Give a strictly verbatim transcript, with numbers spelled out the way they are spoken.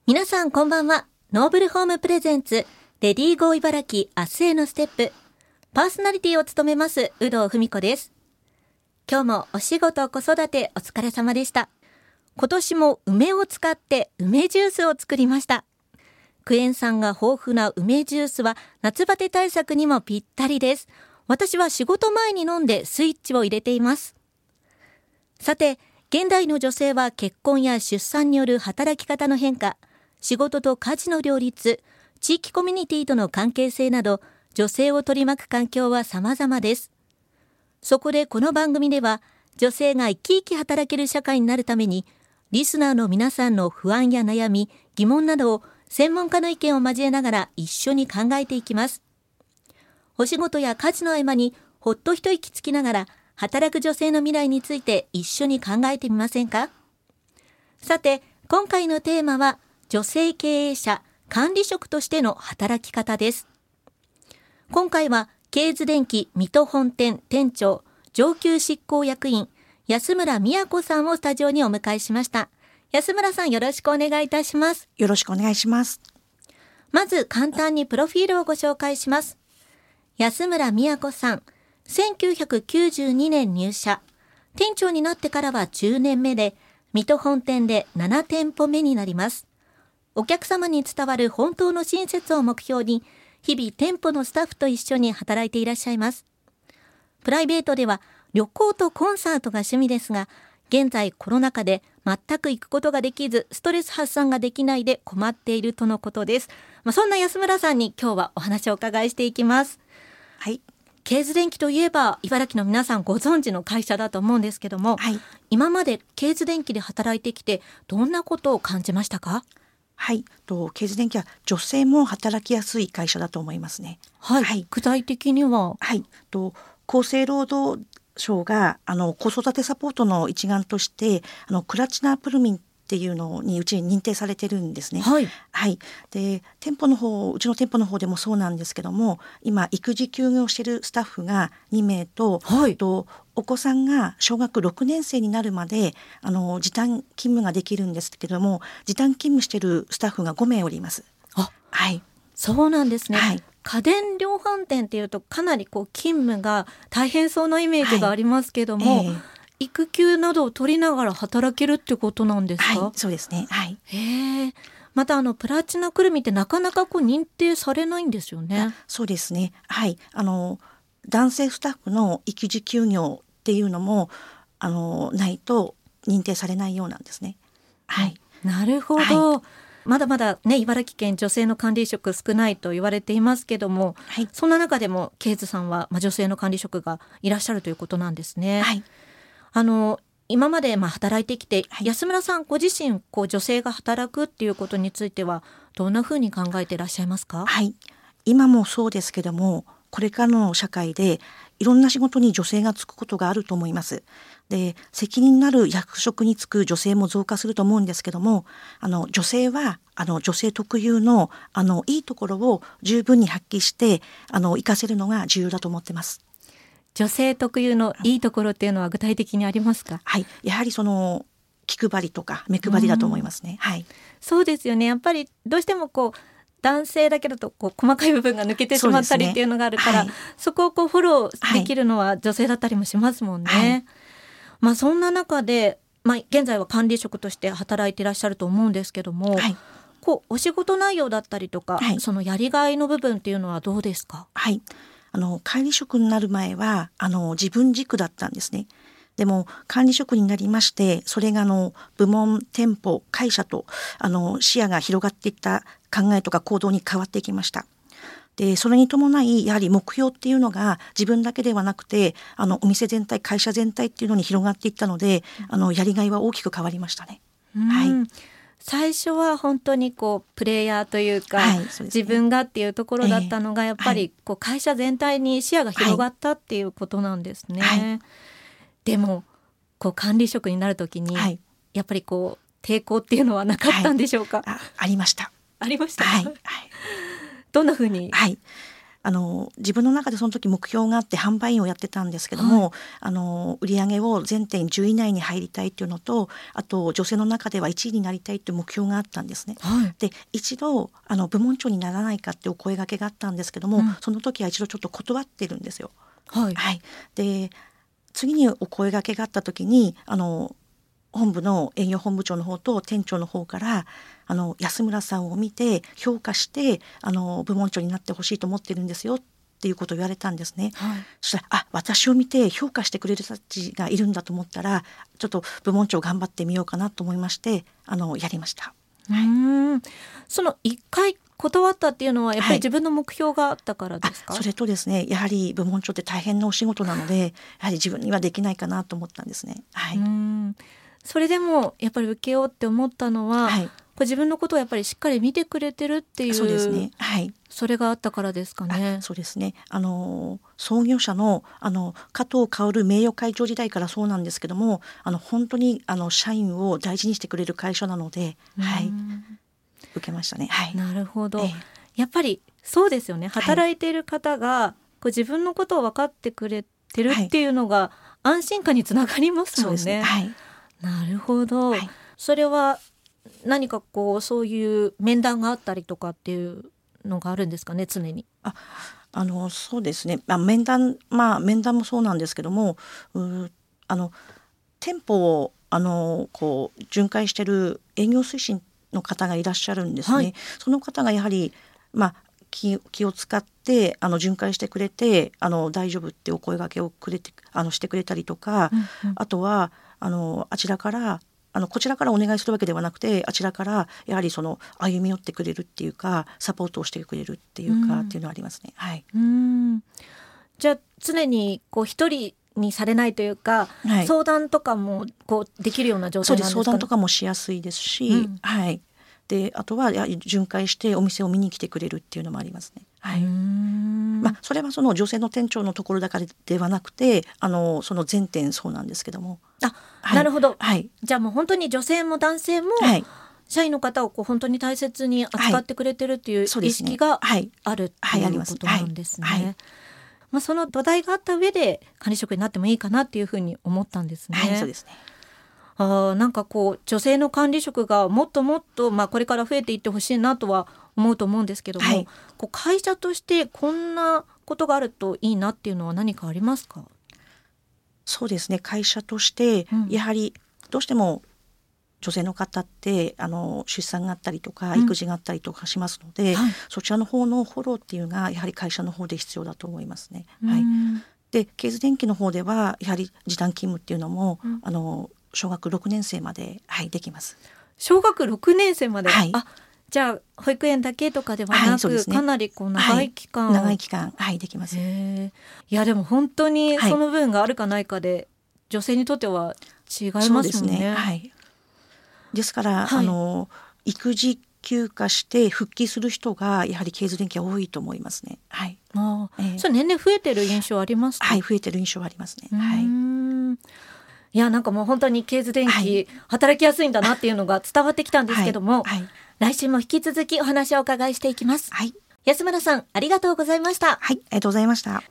皆さんこんばんは。ノーブルホームプレゼンツレディーゴー茨城明日へのステップ、パーソナリティを務めます有働文子です。今日もお仕事子育てお疲れ様でした。今年も梅を使って梅ジュースを作りました。クエン酸が豊富な梅ジュースは夏バテ対策にもぴったりです。私は仕事前に飲んでスイッチを入れています。さて、現代の女性は結婚や出産による働き方の変化、仕事と家事の両立、地域コミュニティとの関係性など、女性を取り巻く環境は様々です。そこでこの番組では、女性が生き生き働ける社会になるために、リスナーの皆さんの不安や悩み、疑問などを専門家の意見を交えながら一緒に考えていきます。お仕事や家事の合間にほっと一息つきながら、働く女性の未来について一緒に考えてみませんか？さて、今回のテーマは、女性経営者、管理職としての働き方です。今回は、ケーズ電機水戸本店店長、上級執行役員、安村美子さんをスタジオにお迎えしました。安村さん、よろしくお願いいたします。 よろしくお願いします。 まず、簡単にプロフィールをご紹介します。安村美子さん、せんきゅうひゃくきゅうじゅうにねん入社。店長になってからはじゅうねんめで、水戸本店でななてんぽめになります。お客様に伝わる本当の親切を目標に、日々店舗のスタッフと一緒に働いていらっしゃいます。プライベートでは旅行とコンサートが趣味ですが、現在コロナ禍で全く行くことができず、ストレス発散ができないで困っているとのことです。まあ、そんな安村さんに今日はお話をお伺いしていきます。 はい。 ケーズ電機といえば茨城の皆さんご存知の会社だと思うんですけども、 はい、 今までケーズ電機で働いてきてどんなことを感じましたか？ はい、とケーズ電機は女性も働きやすい会社だと思いますね。 はい、はい、具体的には、 はい、と厚生労働省があの子育てサポートの一環としてあのクラチナプルミンっていうのにうちに認定されてるんですね。 はい、 はい、で店舗の方うちの店舗の方でもそうなんですけども、今育児休業しているスタッフがにめいと、はい、とお子さんが小学ろくねんせいになるまであの時短勤務ができるんですけども、時短勤務しているスタッフがごめいおります。 あ、 はい、 そうなんですね。 はい、 家電量販店っていうとかなりこう勤務が大変そうなイメージがありますけども、はい、えー育休などを取りながら働けるってことなんですか？ はい、そうですね。はい、 へえ。またあのプラチナくるみってなかなかこう認定されないんですよね。 そうですね。はい、あの男性スタッフの育児休業っていうのもあのないと認定されないようなんですね。はい、 なるほど。はい、まだまだね、茨城県女性の管理職少ないと言われていますけども、はい、そんな中でもケーズさんは、まあ、女性の管理職がいらっしゃるということなんですね。はい、あの今までまあ働いてきて、はい、安村さんご自身こう女性が働くっていうことについてはどんなふうに考えていらっしゃいますか？ はい、今もそうですけども、これからの社会でいろんな仕事に女性が就くことがあると思います。で、責任のある役職に就く女性も増加すると思うんですけども、あの女性はあの女性特有のあのいいところを十分に発揮してあの活かせるのが重要だと思ってます。 女性特有のいいところっていうのは具体的にありますか？ はい、やはりその気配りとか目配りだと思いますね。はい、 そうですよね。やっぱりどうしてもこう男性だけだとこう細かい部分が抜けてしまったりっていうのがあるから、 そ,、ね、はい、そこをこうフォローできるのは女性だったりもしますもんね。はい、まあ、そんな中で、まあ、現在は管理職として働いていらっしゃると思うんですけども、はい、こうお仕事内容だったりとか、はい、そのやりがいの部分っていうのはどうですか？ はい、あの管理職になる前はあの自分軸だったんですね。でも管理職になりまして、それがあの部門、店舗、会社とあの視野が広がっていった考えとか行動に変わっていきました。でそれに伴いやはり目標っていうのが自分だけではなくてあのお店全体、会社全体っていうのに広がっていったので、あのやりがいは大きく変わりましたね。はい、 最初は本当にこうプレイヤーというか、はい、そうですね、自分がっていうところだったのが、えー、やっぱりこう会社全体に視野が広がったっていうことなんですね。はいはい、でもこう管理職になるときに、はい、やっぱりこう抵抗っていうのはなかったんでしょうか？ はい、あ, ありました。 ありました。 はいはい、 どんなふうに？ はい、 あの自分の中でその時目標があって販売員をやってたんですけども、はい、あの売上を全店じゅうい以内に入りたいっていうのと、あと女性の中ではいちいになりたいっていう目標があったんですね、はい、で一度あの部門長にならないかってお声掛けがあったんですけども、うん、その時は一度ちょっと断ってるんですよ。はいはい、で次にお声掛けがあった時にあの本部の営業本部長の方と店長の方からあの安村さんを見て評価してあの部門長になってほしいと思ってるんですよっていうことを言われたんですね、はい、そしたらあ私を見て評価してくれる人たちがいるんだと思ったらちょっと部門長頑張ってみようかなと思いましてあのやりました。 うーん、そのいっかい断ったっていうのはやっぱり自分の目標があったからですか？ はい、それとですねやはり部門長って大変なお仕事なのでやはり自分にはできないかなと思ったんですね。はい、うーん、 それでもやっぱり受けようって思ったのは、はい、自分のことをやっぱりしっかり見てくれてるっていう、 そうですね、はい、 それがあったからですかね。 そうですね、あの創業者のあの加藤薫名誉会長時代からそうなんですけどもあの本当にあの社員を大事にしてくれる会社なので、はい、受けましたね。はい、 なるほど、えー、やっぱりそうですよね。働いている方が、はい、こう自分のことを分かってくれてるっていうのが安心感につながりますもんね。そうですね、はい、なるほど、はい、それは何かこうそういう面談があったりとかっていうのがあるんですかね、常に。 ああのそうですね、まあ、面談まあ面談もそうなんですけどもうあの店舗をあのこう巡回してる営業推進の方がいらっしゃるんですね、はい、その方がやはり、まあ、気, 気を使ってあの巡回してくれてあの大丈夫ってお声掛けをくれてあのしてくれたりとか、うんうん、あとはあのあちらからあのこちらからお願いするわけではなくてあちらからやはりその歩み寄ってくれるっていうかサポートをしてくれるっていうか、うん、っていうのはありますね。はい、 うーん、じゃあ常にこう一人にされないというか、はい、相談とかもこうできるような状態なんですかね。 そうです、相談とかもしやすいですし、うん、はい、であとはやはり巡回してお店を見に来てくれるっていうのもありますね。はい、うーん、まあ、それはその女性の店長のところだからではなくてあのその全店そうなんですけども。 あ、はい、なるほど、はい、じゃあもう本当に女性も男性も、はい、社員の方をこう本当に大切に扱ってくれてるっていう意識があるっていうことなんですね。まあ、その土台があった上で管理職になってもいいかなっていうふうに思ったんですね。 はい、そうですね。 あ、なんかこう女性の管理職がもっともっと、まあ、これから増えていってほしいなとは思うと思うんですけども、はい、こう会社としてこんなことがあるといいなっていうのは何かありますか？ そうですね、会社としてやはりどうしても女性の方ってあの出産があったりとか育児があったりとかしますので、うん、はい、そちらの方のフォローっていうのがやはり会社の方で必要だと思いますね。はい、でケーズ電機の方ではやはり時短勤務っていうのも、うん、あの小学ろくねん生まで、はい、できます。 小学ろくねん生まで、はい、あ、じゃあ保育園だけとかではなく、はい、そうですね、かなりこう長い期間、 はい、長い期間、はい、できます。 へいやでも本当にその分があるかないかで、はい、女性にとっては違いますもんね。そうですね、はい、ですから、はい、あの育児休暇して復帰する人がやはりケーズ電機は多いと思いますね。はい、 あ、えー、それ年々増えてる印象ありますか？ はい、増えてる印象はありますね。はい、 いやなんかもう本当にケーズ電機、はい、働きやすいんだなっていうのが伝わってきたんですけども、はいはい、来週も引き続きお話をお伺いしていきます。はい、安村さんありがとうございました。 はい、ありがとうございました。